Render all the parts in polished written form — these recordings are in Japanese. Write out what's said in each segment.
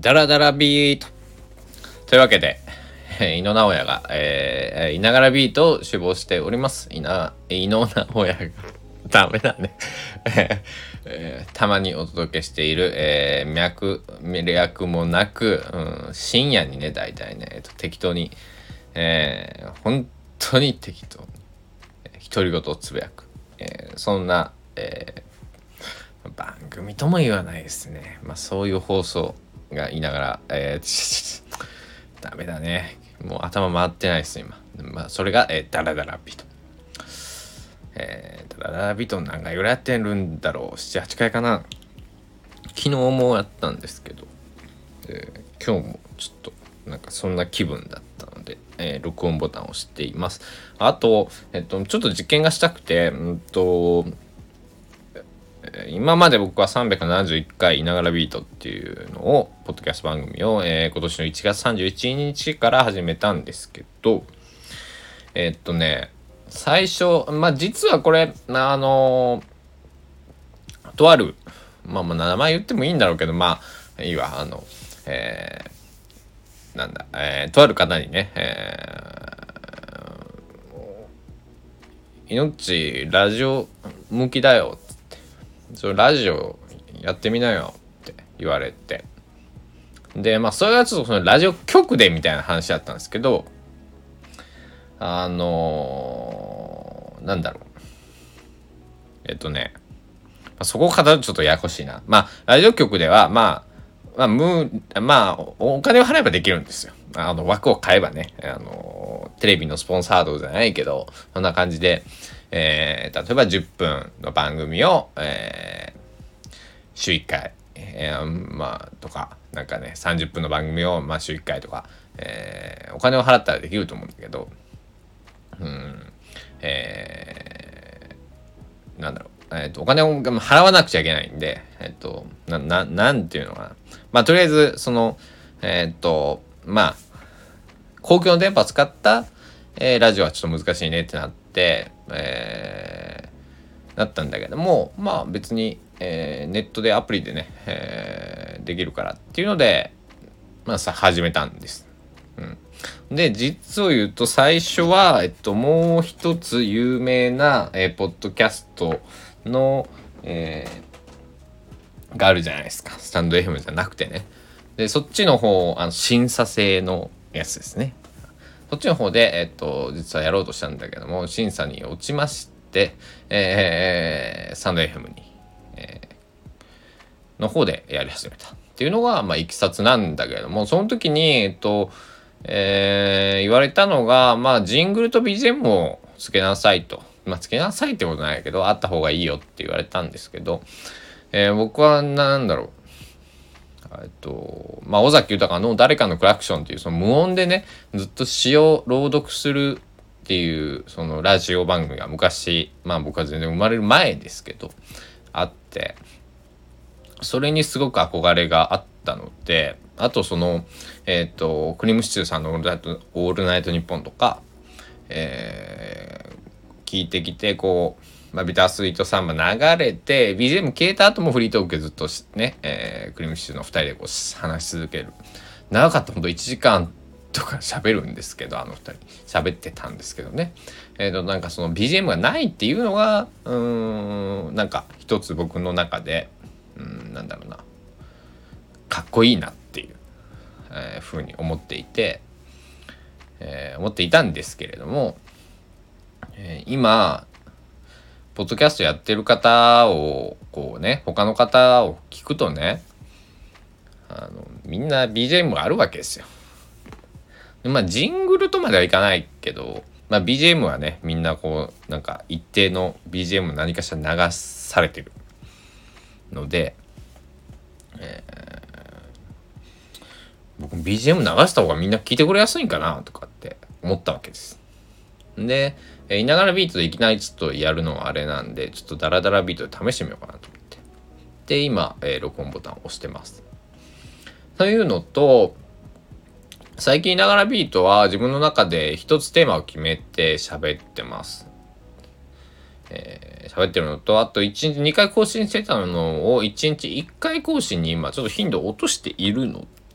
ダラダラビートというわけで、井野直哉が、いながらビートを志望しております。井野直哉がダメだね、たまにお届けしている、略もなく、深夜にね、大体ね、適当に、本当に適当に独り言をつぶやく、そんな、番組とも言わないですね。そういう放送が言いながら、ダメだね。もう頭回ってないです今。それが、ダラダラビート。ダラダラビート何回ぐらいやってるんだろう。7、8回かな。昨日もやったんですけど、今日もちょっとなんかそんな気分だったので、録音ボタンを押しています。あと、ちょっと実験がしたくて、今まで僕は371回いながらビートっていうのをポッドキャスト番組を、今年の1月31日から始めたんですけど、最初実はこれとある名前言ってもいいんだろうけどいいわとある方にね、命ラジオ向きだよっつって、それラジオやってみなよって言われて、でそれはちょっとそのラジオ局でみたいな話だったんですけど、なんだろうそこを語るとちょっとややこしいな。ラジオ局ではお金を払えばできるんですよ。枠を買えばね、テレビのスポンサードじゃないけど、そんな感じで、例えば10分の番組を、週1回、とか、なんかね、30分の番組を、週1回とか、お金を払ったらできると思うんだけど、お金を払わなくちゃいけないんで、なんていうのかな。とりあえず、その、公共の電波を使った、ラジオはちょっと難しいねってなって、なったんだけども、別に、ネットでアプリでね、できるからっていうので、始めたんです。で、実を言うと最初は、もう一つ有名な、ポッドキャストの、があるじゃないですか。スタンド FM じゃなくてね。で、そっちの方、審査制のやつですね。そっちの方で、実はやろうとしたんだけども、審査に落ちまして、スタンド FM に、の方でやり始めたっていうのが、いきさつなんだけども、その時に、言われたのが、ジングルと BGM をつけなさいと。つけなさいってことないけど、あった方がいいよって言われたんですけど、僕は尾崎豊の誰かのクラクションっていうその無音でね、ずっと詩を朗読するっていうそのラジオ番組が昔、僕は全然生まれる前ですけど、あって、それにすごく憧れがあったので、あとその、クリームシチューさんのオールナイトニッポンとか、聞いてきて、こう、ビタースイートサンバ流れて、BGM 消えた後もフリートークでずっとね、クリームシチューの2人でこう話し続ける。長かったほんと1時間とか喋るんですけど、あの2人。喋ってたんですけどね。なんかその BGM がないっていうのが、なんか一つ僕の中で、かっこいいなっていう、ふうに思っていたんですけれども、今ポッドキャストやってる方をこうね、他の方を聞くとね、みんな BGM があるわけですよ。でジングルとまではいかないけど、BGM はね、みんなこうなんか一定の BGM 何かしら流されてるので、僕 BGM 流した方がみんな聞いてくれやすいんかなとかって思ったわけです。で、いながらビートでいきなりちょっとやるのはあれなんで、ちょっとダラダラビートで試してみようかなと思って。で、今、録音ボタンを押してます。というのと、最近いながらビートは自分の中で一つテーマを決めて喋ってます。喋ってるのと、あと1日2回更新してたのを1日1回更新に今ちょっと頻度を落としているの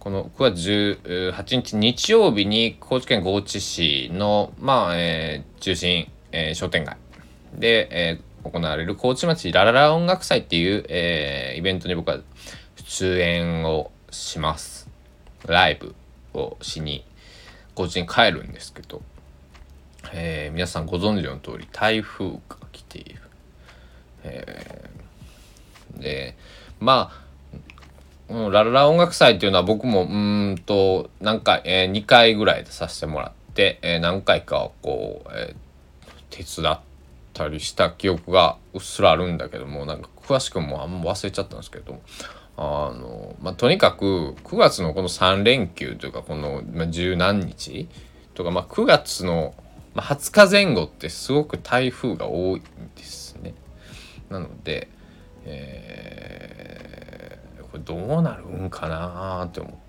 この9月18日日曜日に高知県高知市の、中心、商店街で、行われる高知町ラララ音楽祭っていう、イベントに僕は出演をします。ライブをしに高知に帰るんですけど、皆さんご存知の通り台風が来ている。でラララ音楽祭っていうのは僕も何回、2回ぐらいでさせてもらって、何回かこう、手伝ったりした記憶がうっすらあるんだけども、なんか詳しくもあんま忘れちゃったんですけど、とにかく9月のこの3連休というかこの十何日とか、9月の20日前後ってすごく台風が多いんですね。なので、これどうなるんかなって思って、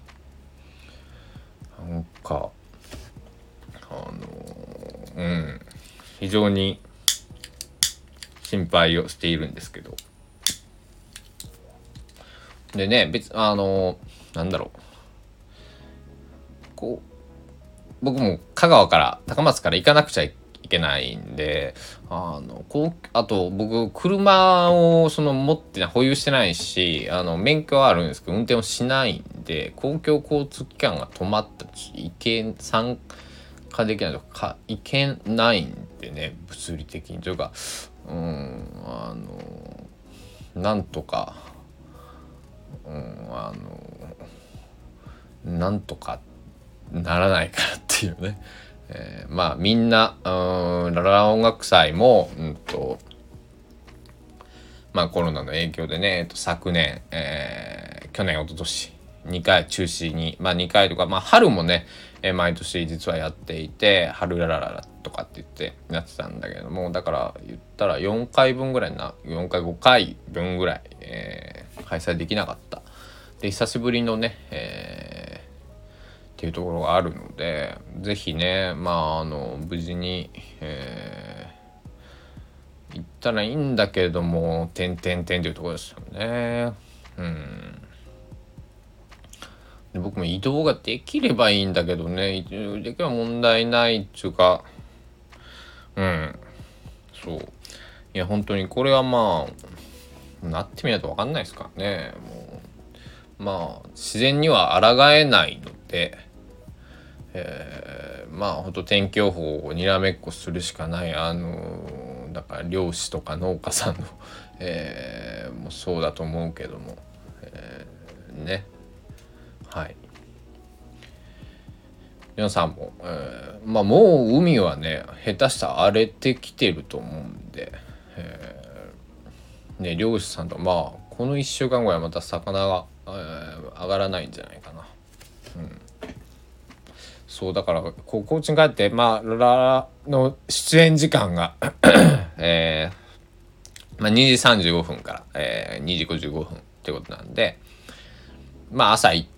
なんか非常に心配をしているんですけど、でね、なんだろう、こう僕も香川から高松から行かなくちゃいけないんで、あと僕車を持って保有してないし、免許はあるんですけど運転をしないんで、公共交通機関が止まったり参加できないとかいけないんでね、物理的にというか、なんとかなんとかならないかなっていうね、みんなラララ音楽祭もコロナの影響でね、昨年、去年一昨年2回中止に、2回とか、春もね、毎年実はやっていて、春ラララとかって言ってやってたんだけども、だから言ったら4回分ぐらい4回5回分ぐらい、開催できなかった。で久しぶりのね、っていうところがあるので、ぜひね、無事に、行ったらいいんだけれども、っていうところですよね。で僕も移動ができればいいんだけどね、できれば問題ないっていうか、そう。いや、本当にこれはなってみないと分かんないですからね。もう自然には抗えないので、本当天気予報をにらめっこするしかない。だから漁師とか農家さんの、もうそうだと思うけども、ね、はい。皆さんも、もう海はね下手したら荒れてきてると思うんで、漁師さんとこの1週間ぐらいまた魚が、上がらないんじゃないかな。そうだから高知に帰ってララの出演時間が2時35分から、2時55分ってことなんで、朝行って、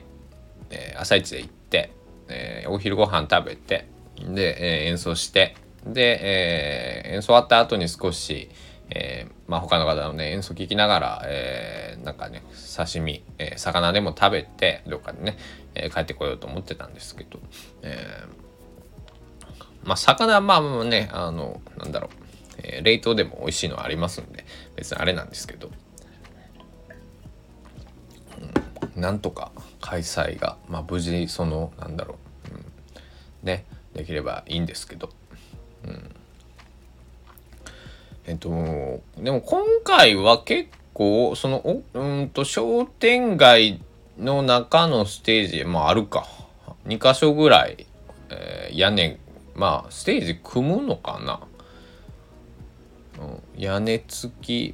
朝一で行って、お昼ご飯食べてで、演奏してで、演奏終わった後に少し、他の方のね演奏聞きながら、なんかね刺身、魚でも食べてどっかでね、帰ってこようと思ってたんですけど、魚はねなんだろう、冷凍でも美味しいのはありますんで別にあれなんですけど、なんとか開催が、無事なんだろう、ねできればいいんですけど、でも今回は結構商店街の中のステージあるか2箇所ぐらい、屋根ステージ組むのかな、屋根付き、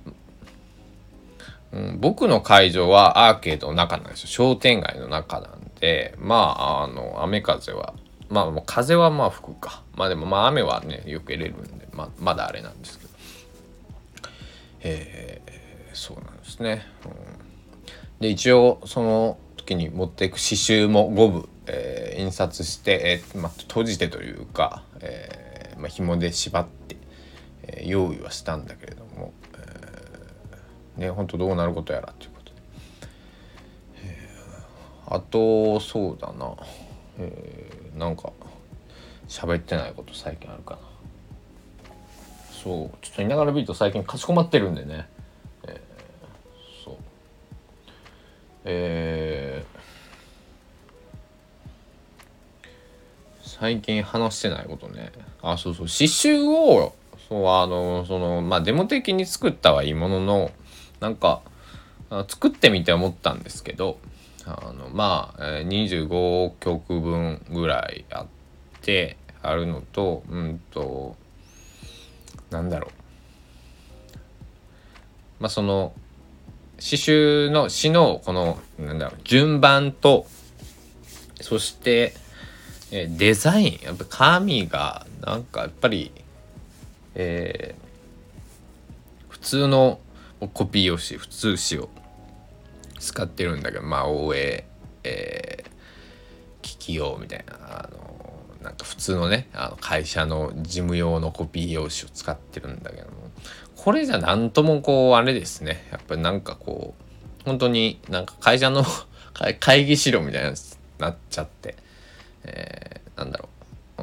僕の会場はアーケードの中なんですよ。商店街の中なんで雨風はもう風は吹くか、でも雨はねよく入れるんでまだあれなんですけど、そうなんですね、で一応その時に持っていく刺繍も5部、印刷して、閉じてというか、紐で縛って、用意はしたんだけれども、本当どうなることやらということで、 あとそうだな、なんか喋ってないこと最近あるかな。そうちょっといながらビート最近かしこまってるんでね、そう最近話してないことね。そうそう、刺繍を、そうまあデモ的に作ったはいいものの、なんか作ってみて思ったんですけど、まあ、25曲分ぐらいあるのと、なんだろう、まあその詩集の詩のこのなんだろう順番と、そしてデザイン、やっぱ紙がなんかやっぱり、普通のコピー用紙、普通紙を使ってるんだけど、まあ OA、機器用みたいな、なんか普通のね、会社の事務用のコピー用紙を使ってるんだけども、これじゃなんともこうあれですね、やっぱりなんかこう本当になんか会社の会議資料みたいなやつになっちゃって、なんだろう、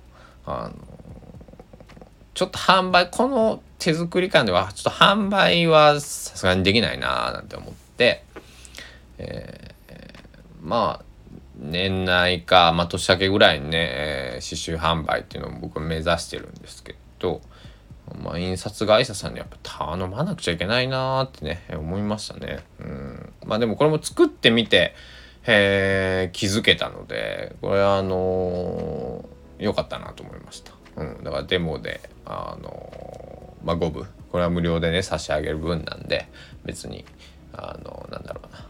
ちょっと販売、この手作り感ではちょっと販売はさすがにできないなーなんて思って、まあ年内か、まあ、年明けぐらいにね、刺繍販売っていうのを僕は目指してるんですけど、まあ、印刷会社さんにやっぱ頼まなくちゃいけないなーってね思いましたね。まあでもこれも作ってみて、気づけたので、これは良かったなと思いました。だからデモでまあ5部これは無料でね差し上げる分なんで、別になんだろうな、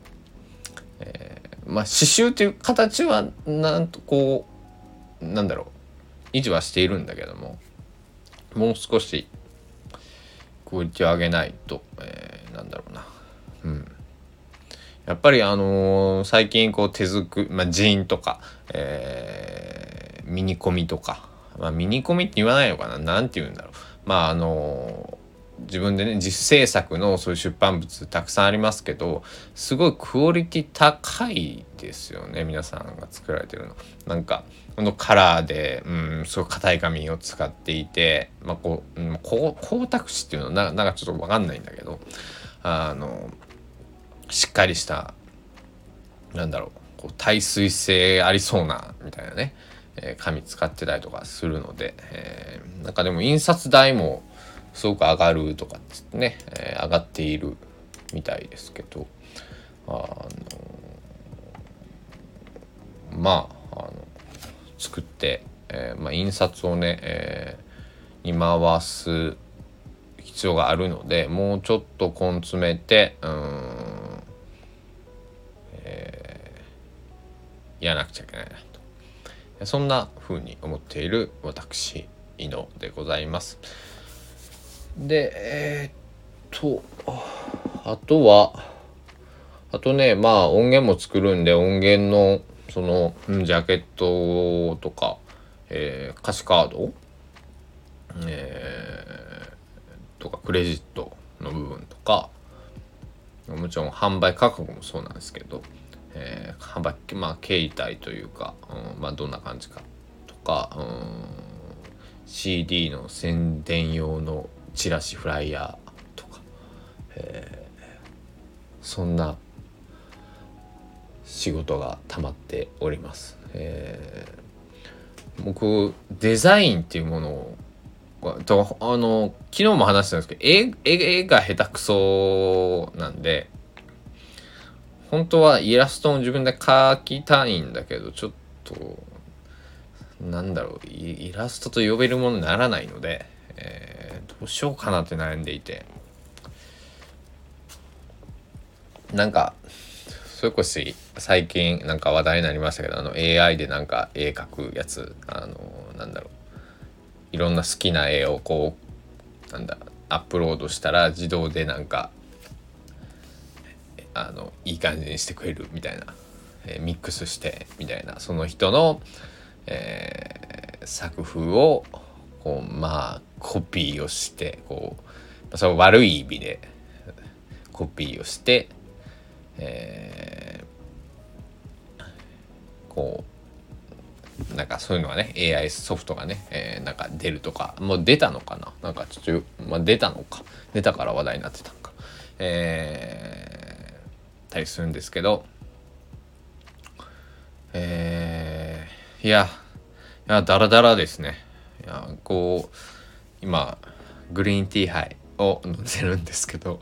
まあ刺繍っていう形はなんとこうなんだろう維持はしているんだけども、もう少しクオリティを上げないと、なんだろうな、やっぱり最近こう手作り、まあ、ジーンとか、ミニコミとか、まあ、ミニコミって言わないのかな、なんて言うんだろう、まあ自分でね自主制作のそういう出版物たくさんありますけど、すごいクオリティ高いですよね、皆さんが作られてるの。なんかこのカラーですごい硬い紙を使っていて、まあ光沢紙っていうのなんかちょっと分かんないんだけど、しっかりしたなんだろう、こう耐水性ありそうなみたいなね、紙使ってたりとかするので、なんかでも印刷代もすごく上がるとかってね、上がっているみたいですけど、まあ作って、まあ、印刷をね、に回す必要があるので、もうちょっと根詰めてやらなくちゃいけないなと、そんな風に思っている私伊野でございます。であとね、まあ音源も作るんで、音源のそのジャケットとか、歌詞カード、とかクレジットの部分とか、もちろん販売価格もそうなんですけど、販売まあ形態というか、まあどんな感じかとか、CD の宣伝用のチラシフライヤーとか、そんな仕事が溜まっております。僕デザインっていうものを昨日も話したんですけど、絵が下手くそなんで、本当はイラストも自分で描きたいんだけど、ちょっとなんだろう、イラストと呼べるものにならないので、どうしようかなって悩んでいて、なんかそれこそ最近なんか話題になりましたけど、AI でなんか絵描くやつ、なんだろう、いろんな好きな絵をこうアップロードしたら自動でなんかいい感じにしてくれるみたいな、ミックスしてみたいな、その人の、作風をこうまあコピーをしてこう、その悪い意味でコピーをして、 こうなんかそういうのがね AI ソフトがね、なんか出るとかもう出たのかな、なんかちょっと、出たのか、出たから話題になってたのか、たりするんですけど、いやダラダラですね。いやこう今グリーンティーハイを飲んでるんですけど、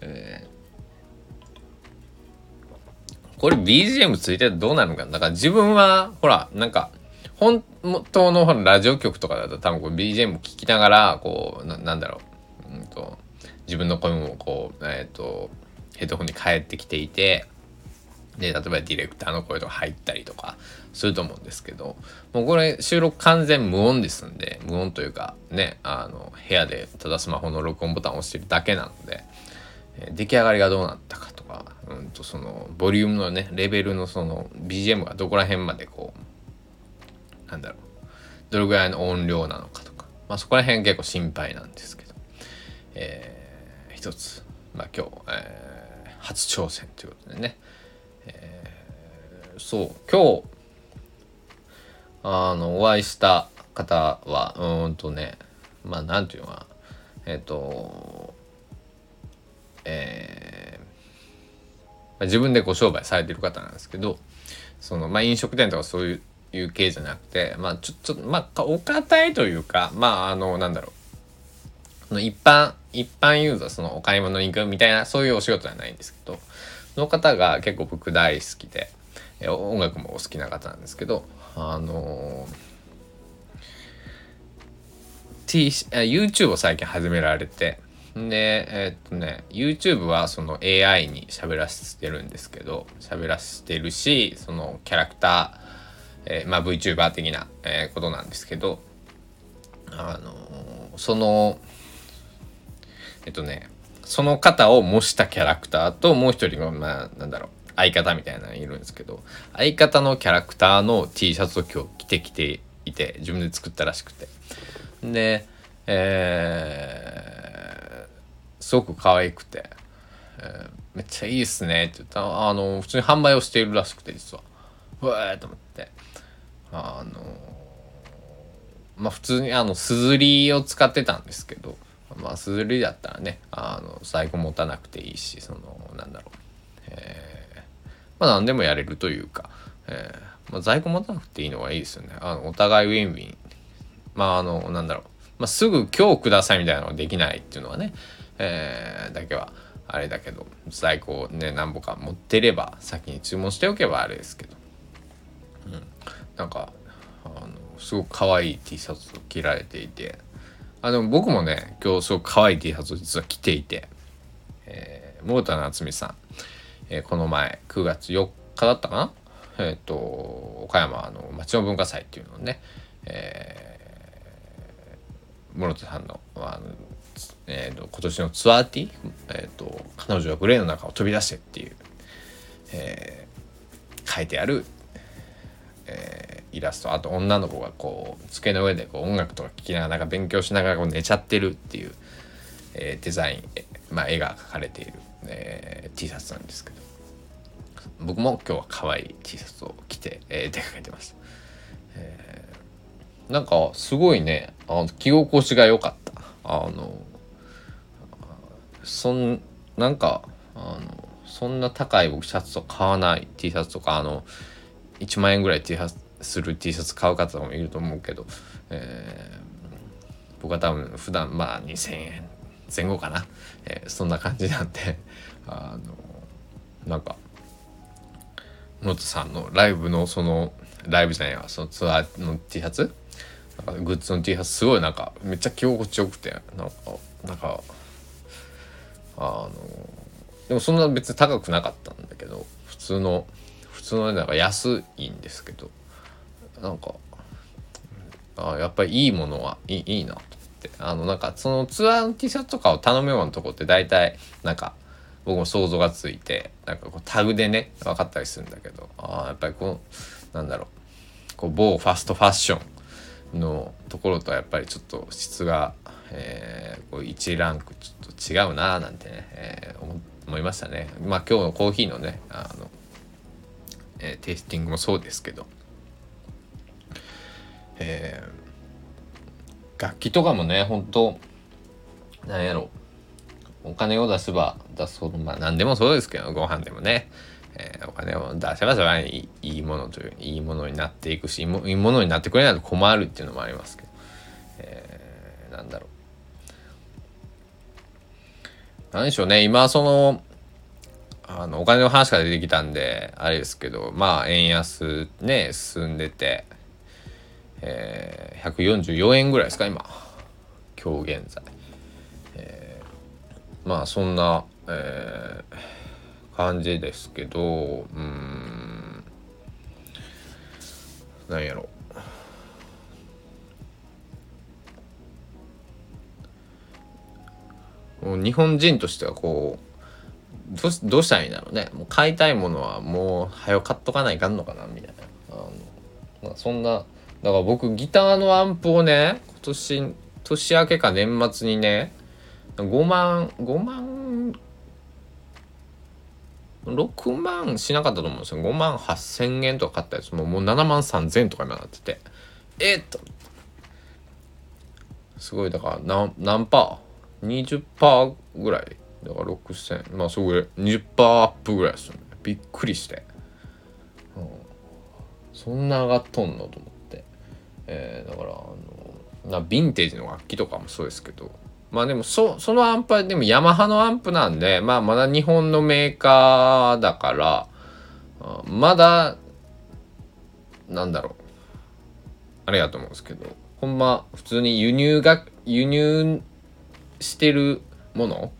これ BGM ついてどうなるのかな。だから自分はほらなんか本当のほらラジオ局とかだと多分こう BGM 聞きながらこうなんだろう、自分の声もこうヘッドホンに返ってきていて、で例えばディレクターの声とか入ったりとかすると思うんですけど、もうこれ収録完全無音ですんで、無音というかね、部屋でただスマホの録音ボタンを押してるだけなので、出来上がりがどうなったかとか、そのボリュームのねレベルのその BGM がどこら辺までこうなんだろう、どれぐらいの音量なのかとか、そこら辺結構心配なんですけど、一つ今日、初挑戦ということでね、そう今日お会いした方はなんていうのかな、自分でご商売されてる方なんですけど、その飲食店とかそういう系じゃなくて、ちょっとお堅いというか、なんだろう、一般ユーザー、そのお買い物に行くみたいなそういうお仕事じゃないんですけど、その方が結構僕大好きで、音楽もお好きな方なんですけど、YouTube を最近始められて、でYouTube はその AI に喋らせてるんですけど、喋らせてるし、そのキャラクター、VTuber 的な、ことなんですけど、そのその方を模したキャラクターと、もう一人が相方みたいなのいるんですけど、相方のキャラクターの T シャツを今日着てきていて、自分で作ったらしくて、で、すごく可愛くて、めっちゃいいっすねって言ったら、普通に販売をしているらしくて、実はうわーと思って、普通にすずりを使ってたんですけど、すずりだったらね在庫持たなくていいし、その何でもやれるというか、在庫持たなくていいのがいいですよね。お互いウィンウィン、すぐ今日くださいみたいなのができないっていうのはね、だけはあれだけど、在庫ね何本か持ってれば先に注文しておけばあれですけど、すごく可愛い T シャツを着られていて、でも僕もね今日すごく可愛い T シャツを実は着ていて、諸田夏美さん、この前9月4日だったかな、岡山の町の文化祭っていうのをね、諸田さんの、今年のツアー T、彼女はグレーの中を飛び出してっていう、書いてある、イラスト、あと女の子がこう机の上でこう音楽とか聴きながら勉強しながらこう寝ちゃってるっていう、デザイン、絵が描かれている、T シャツなんですけど、僕も今日は可愛い T シャツを着て、出かけてました。すごいね着心地が良かった。そんな高い僕シャツと買わない T シャツとか1万円ぐらいする T シャツ買う方もいると思うけど、僕は多分普段2000円前後かな、そんな感じなんでノートさんのライブのそのライブじゃないわ、そのツアーの T シャツ、グッズの T シャツすごいめっちゃ着心地よくて、でもそんな別に高くなかったんだけど、普通の安いんですけど、やっぱりいいものはいいなと思って、そのツアーの T シャツとかを頼むようなとこって大体僕も想像がついてこうタグでね分かったりするんだけど、やっぱりこう某ファストファッションのところとはやっぱりちょっと質が、こう1ランクちょっと違うななんてね、思いましたね。今日のコーヒーのねテイスティングもそうですけど、 楽器とかもね、本当なんやろ、お金を出せば出すほど、まあ何でもそうですけど、ご飯でもね、お金を出せばそれはいいものといういいものになっていくし、いいものになってくれないと困るっていうのもありますけど、なんだろう、なんでしょうね、今そのお金の話が出てきたんであれですけど、まあ円安ね進んでて、144円ぐらいですか今日現在、まあそんな、感じですけど、なんやろ、もう日本人としてはこうどうしたらいいんだろうね。もう買いたいものはもう早く買っとかないかんのかなみたいな。まあ、そんなだから僕ギターのアンプをね年明けか年末にね6万しなかったと思うんですよ。5万8,000円とか買ったやつもう7万3,000円とか今なってて、すごい、だから何パー ?20% ぐらいだから6,000、まあそこで 20% アップぐらいですよね。びっくりして、そんな上がっとんのと思って、だからヴィンテージの楽器とかもそうですけど、まあでもそのアンプはでもヤマハのアンプなんで、まあまだ日本のメーカーだから、まだなんだろう、あれやと思うんですけど、ほんま普通に輸入してるもの、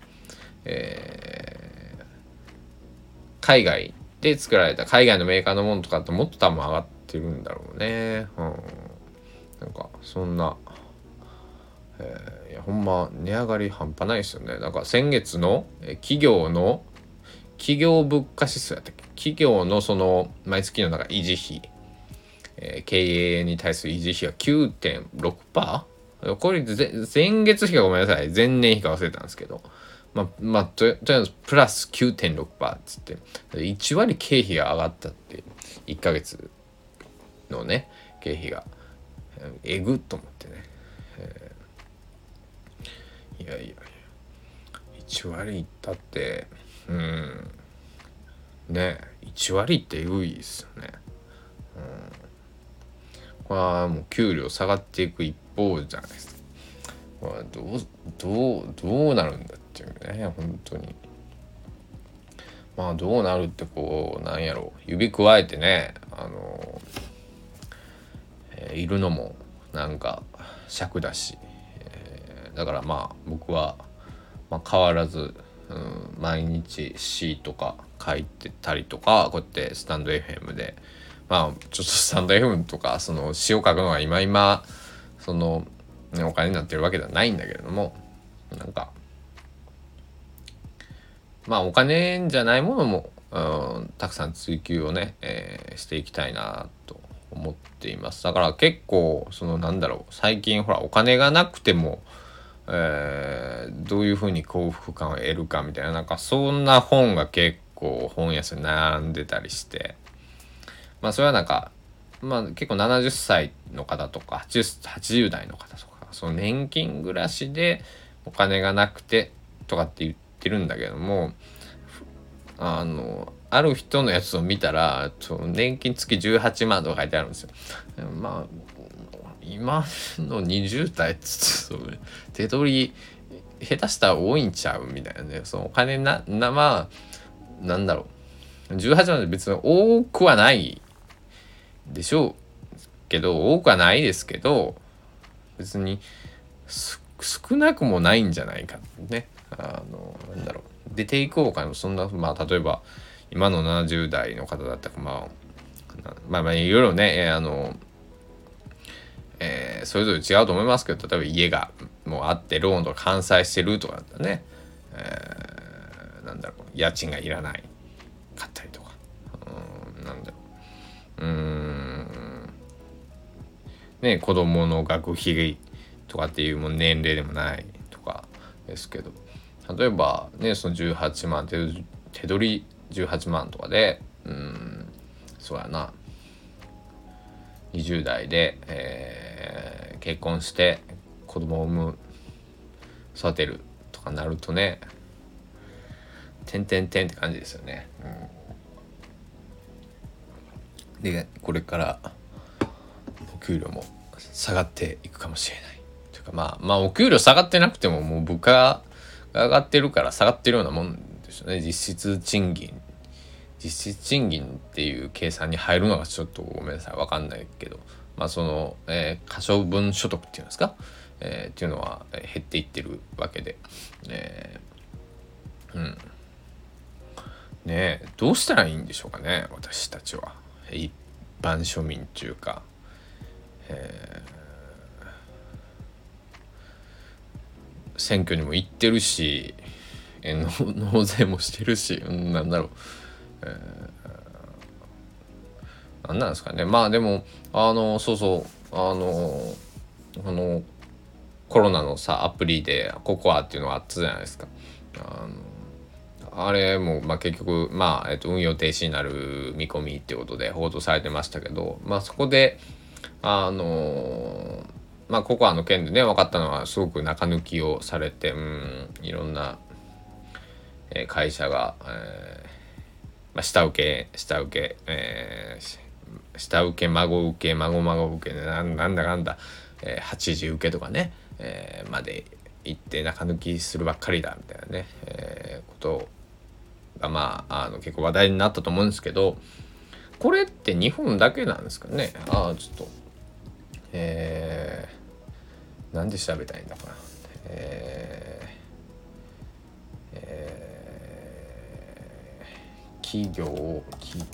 海外で作られた海外のメーカーのものとかってもっと多分上がってるんだろうね。なんかそんな、いやほんま値上がり半端ないですよね。なんか先月の企業物価指数やったっけ、企業のその毎月のなんか維持費、経営に対する維持費が 9.6%？ これ前月比かごめんなさい、前年比か忘れたんですけど、とりあえずプラス 9.6% っつって1割経費が上がったって、1ヶ月のね経費がえぐっと思ってね、いや1割いったってね、1割ってえぐいですよね。これはもう給料下がっていく一方じゃないですか。これどうなるんだっていうね、本当に。まあどうなるってこうなんやろう、指くわえてねいるのもなんか尺だし、だからまあ僕は、変わらず、毎日詩とか書いてたりとか、こうやってスタンド FM でちょっとスタンド FM とかその詩を書くのが今その、ね、お金になってるわけではないんだけれども、なんかお金じゃないものも、たくさん追求をね、していきたいなと思っています。だから結構そのなんだろう、最近ほらお金がなくても、どういうふうに幸福感を得るかみたいな、なんかそんな本が結構本屋さんに並んでたりして、それはなんか結構70歳の方とか80代の方とか、その年金暮らしでお金がなくてとかって言ってるんだけども、ある人のやつを見たら年金月18万とか書いてあるんですよ。今の20代っつって手取り下手したら多いんちゃうみたいなね。そのお金なんだろう、18万で別に多くはないでしょうけど、多くはないですけど、別に少なくもないんじゃないかね。なんだろう、出ていくお金もそんな、例えば今の70代の方だったらいろいろね、それぞれ違うと思いますけど、例えば家がもうあってローンとか完済してるとかだったらね、なんだろう、家賃がいらないかったりとか、なんだろう、ね、子供の学費とかっていうもう年齢でもないとかですけど、例えばねその18万手取り18万とかでそうやな20代で、 結婚して子供を産む育てるとかなるとね、てんてんてんって感じですよね。でこれからお給料も下がっていくかもしれないというか、まあお給料下がってなくてももう物価が上がってるから下がってるようなもんですよね。実質賃金っていう計算に入るのがちょっとごめんなさい分かんないけど、その、可処分所得っていうんですか、っていうのは減っていってるわけで、ねえどうしたらいいんでしょうかね、私たちは一般庶民っていうか、選挙にも行ってるし、納税もしてるし、なんだろう、なんなんですかね。でもそうそうコロナのさアプリでココアっていうのがあったじゃないですか。あれも結局運用停止になる見込みっていうことで報道されてましたけど、そこでココアの件でね分かったのは、すごく中抜きをされて、いろんな会社が、下請け、孫受けなんだかんだ、8時受けとかね、まで行って中抜きするばっかりだみたいなね、ことが結構話題になったと思うんですけど、これって日本だけなんですかね。ちょっとなんで調べたいんだかな。企業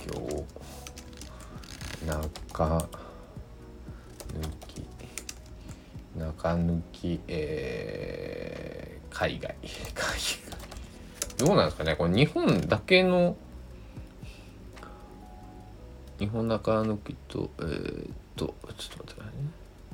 中抜き、海外どうなんですかね、これ日本だけの日本中抜きとちょっと待ってくださいね。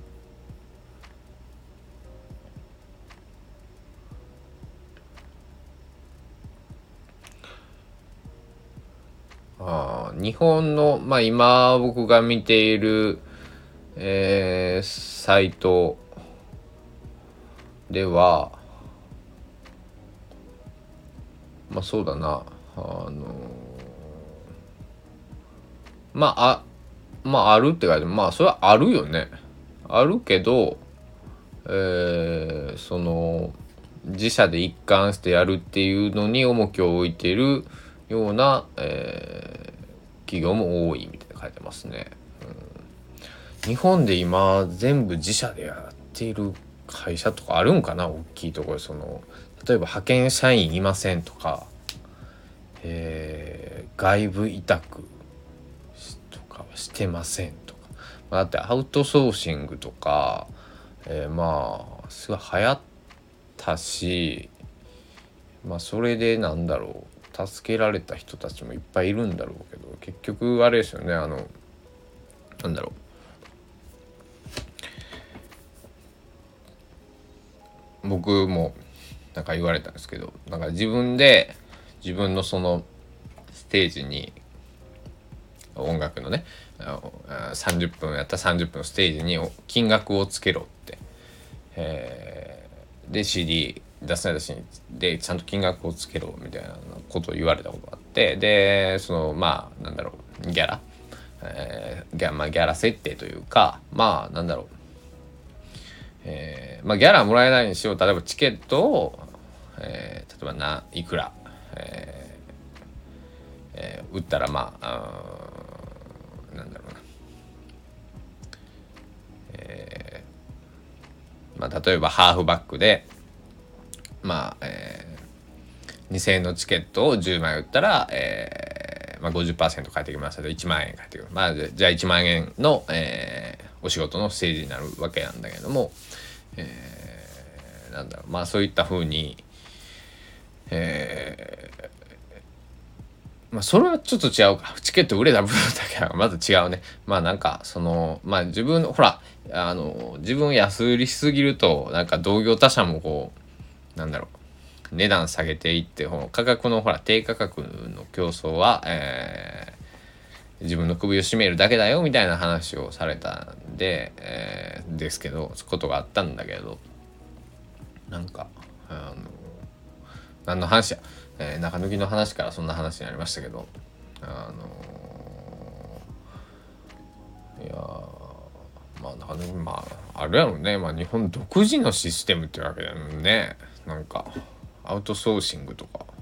日本の今僕が見ている、サイトではそうだな、あるって書いてそれはあるよね。あるけど、その自社で一貫してやるっていうのに重きを置いているような、企業も多いみたいな書いてますね。日本で今全部自社でやっている会社とかあるんかな、大きいところで。例えば派遣社員いませんとか、外部委託とかはしてませんとか、だってアウトソーシングとか、すごい流行ったし、それで助けられた人たちもいっぱいいるんだろうけど、結局あれですよね、僕も言われたんですけど、自分のそのステージに音楽のね30分やったら30分のステージに金額をつけろって、で CD 出せないしでちゃんと金額をつけろみたいなことを言われたことがあって、でギャラ、ギャラ設定というかギャラもらえないにしよう。例えばチケットを、例えばいくら、売ったら例えばハーフバックで2000円のチケットを10枚売ったら、50% 返ってきますけど1万円返ってくる。じゃあ1万円の、お仕事のステージになるわけなんだけども、そういった風に、それはちょっと違うか。チケット売れた分だけはまず違うね。自分自分安売りしすぎると同業他社も値段下げていって価格の低価格の競争は、自分の首を絞めるだけだよみたいな話をされたんで、ですけど、そういうことがあったんだけど、なんか何の話や、中抜きの話からそんな話になりましたけど、いやまあ中抜き、まああれやろね、まあ日本独自のシステムってわけだよね。なんかアウトソーシングとか、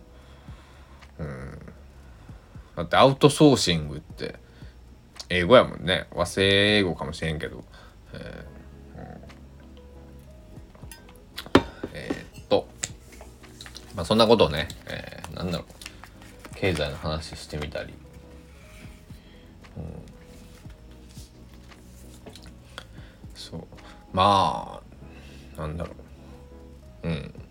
だってアウトソーシングって英語やもんね。和製英語かもしれんけど、まあそんなことをね、なんだろう、経済の話してみたり、そうまあなんだろう、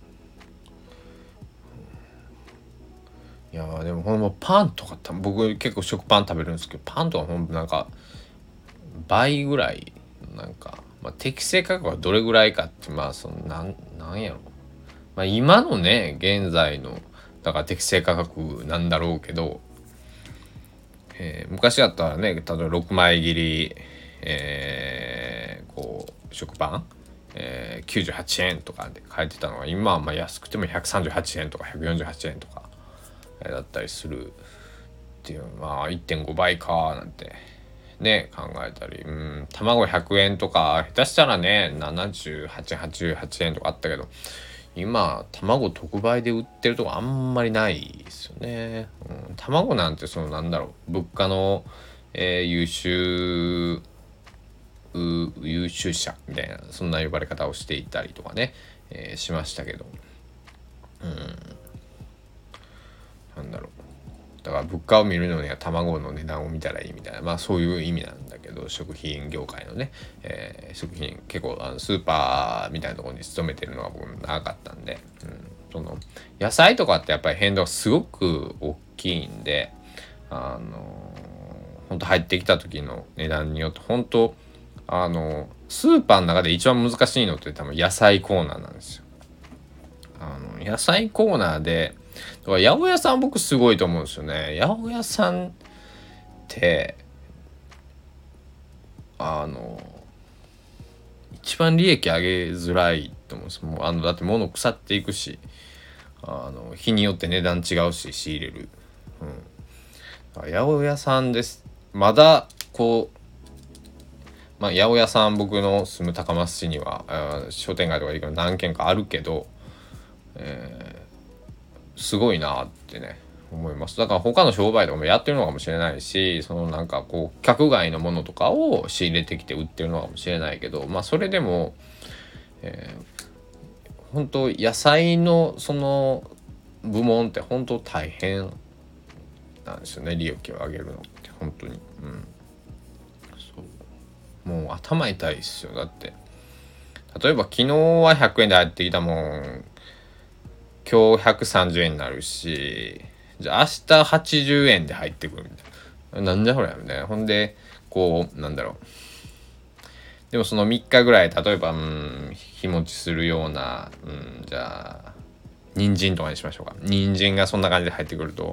いやでもほんまパンとか僕結構食パン食べるんですけど、パンとかほんなんか倍ぐらい、なんか、まあ、適正価格はどれぐらいかって、まあそのなんやろ、まあ、今のね現在のだから適正価格なんだろうけど、昔だったらね、例えば6枚切り、こう食パン、98円とかで買えてたのが、今はまあ安くても138円とか148円とか、だったりするっていう、まあ 1.5 倍かなんてね考えたり、卵100円とか下手したらね78、88円とかあったけど、今卵特売で売ってるとこあんまりないですよね。卵なんてそのなんだろう、物価の、優秀者みたいな、そんな呼ばれ方をしていたりとかね、しましたけど、なんだろう、だから物価を見るのには卵の値段を見たらいいみたいな、まあそういう意味なんだけど、食品業界のね、食品結構スーパーみたいなところに勤めてるのが僕長かったんで、その野菜とかってやっぱり変動がすごく大きいんで、本当入ってきた時の値段によって本当スーパーの中で一番難しいのって多分野菜コーナーなんですよ。野菜コーナーで、だから八百屋さん僕すごいと思うんですよね。八百屋さんって一番利益上げづらいと思うんです。もうだって物腐っていくし、日によって値段違うし仕入れる。八百屋さんです。まだこう、まあ八百屋さん僕の住む高松市には商店街とかいくら何軒かあるけど、すごいなってね思います。だから他の商売とかもやってるのかもしれないし、そのなんかこう客外のものとかを仕入れてきて売ってるのかもしれないけど、まあそれでも、本当野菜のその部門って本当大変なんですよね、利益を上げるのって本当に。そうもう頭痛いっすよ。だって例えば昨日は100円で入ってきたもん、今日130円になるし、じゃあ明日80円で入ってくるみたいな。なんじゃこれやろね。ほんで、こう、なんだろう。でもその3日ぐらい、例えば、日持ちするような、じゃあ、人参とかにしましょうか。人参がそんな感じで入ってくると、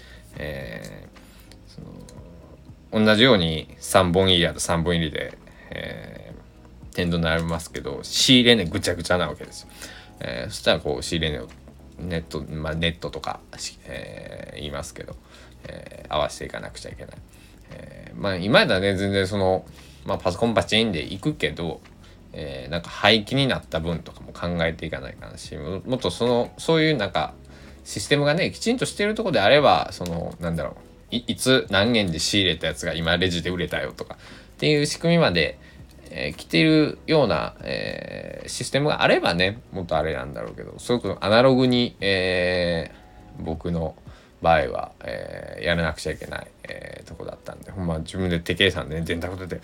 同じように3本入りだと3本入りで、天丼並びますけど、仕入れ値ぐちゃぐちゃなわけですよ。そしたらこう仕入れ値をネットとか、言いますけど、合わせていかなくちゃいけない。まあ今やったらね全然その、パソコンバチンでいくけど、なんか廃棄になった分とかも考えていかないかなし、もっとそういうなんかシステムがねきちんとしてるところであれば、そのなんだろう、いつ何円で仕入れたやつが今レジで売れたよとかっていう仕組みまで、来てるような、システムがあればねもっとあれなんだろうけど、すごくアナログに、僕の場合は、やらなくちゃいけない、とこだったんで、ほんま自分で手計算で、ね、電卓立てて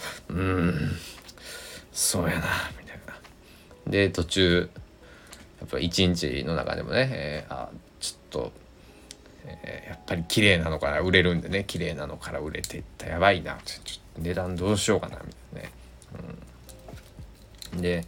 そうやなみたいな。で途中やっぱ一日の中でもね、ちょっと、やっぱり綺麗なのから売れるんでね、綺麗なのから売れていったやばいな、ちょっと値段どうしようかなみたいなね。でやっ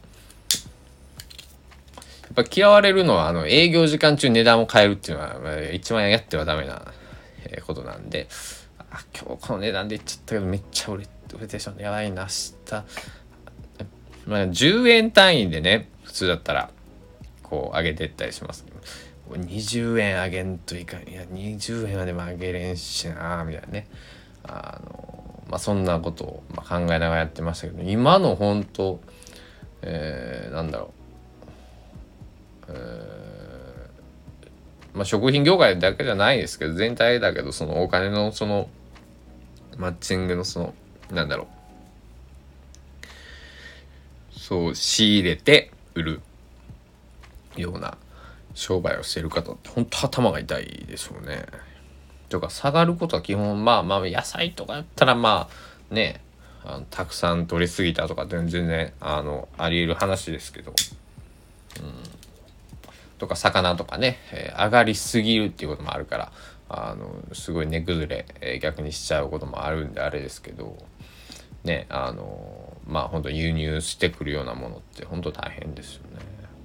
ぱ嫌われるのは営業時間中値段を変えるっていうのは、一番やってはダメなことなんで、今日この値段でいっちゃったけどめっちゃ売れてしまう、やばいな、明日、まあ、10円単位でね普通だったらこう上げていったりしますけど、20円上げんといかん、いや20円はでも上げれんしなみたいなね、そんなことを考えながらやってましたけど、今の本当なんだろう、食品業界だけじゃないですけど全体だけど、そのお金のそのマッチングのそのなんだろう、そう仕入れて売るような商売をしている方って本当頭が痛いでしょうね。とか下がることは基本野菜とかやったらね、たくさん取りすぎたとかって全然あり得る話ですけど、とか魚とかね、上がりすぎるっていうこともあるからすごい値崩れ、逆にしちゃうこともあるんであれですけどね、本当輸入してくるようなものって本当大変ですよね。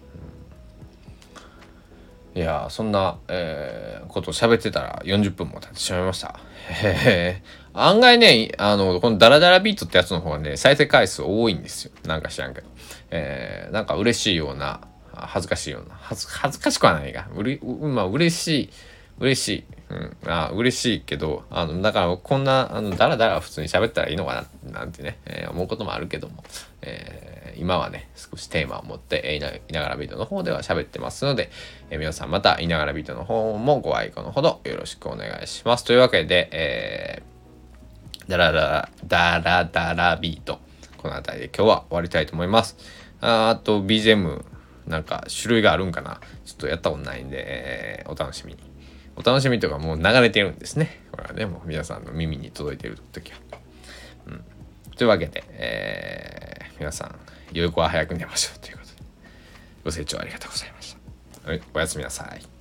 いやそんな、ことを喋ってたら40分も経ってしまいました。案外ねこのダラダラビートってやつの方がね再生回数多いんですよ。なんか知らんけど、なんか嬉しいような恥ずかしいような恥ずかしくはないが嬉しい嬉しい、嬉しいけどだからこんなダラダラ普通に喋ったらいいのかななんてね、思うこともあるけども、今はね少しテーマを持って、いながらビートの方では喋ってますので、皆さんまたいながらビートの方もご愛顧のほどよろしくお願いします。というわけで、ダラビートこの辺りで今日は終わりたいと思います。あと BGM なんか種類があるんかな、ちょっとやったことないんで、お楽しみに。お楽しみとかもう流れてるんですね。これはねもう皆さんの耳に届いている時は、というわけで、皆さん良い子は早く寝ましょうということで、ご清聴ありがとうございました。はい、おやすみなさい。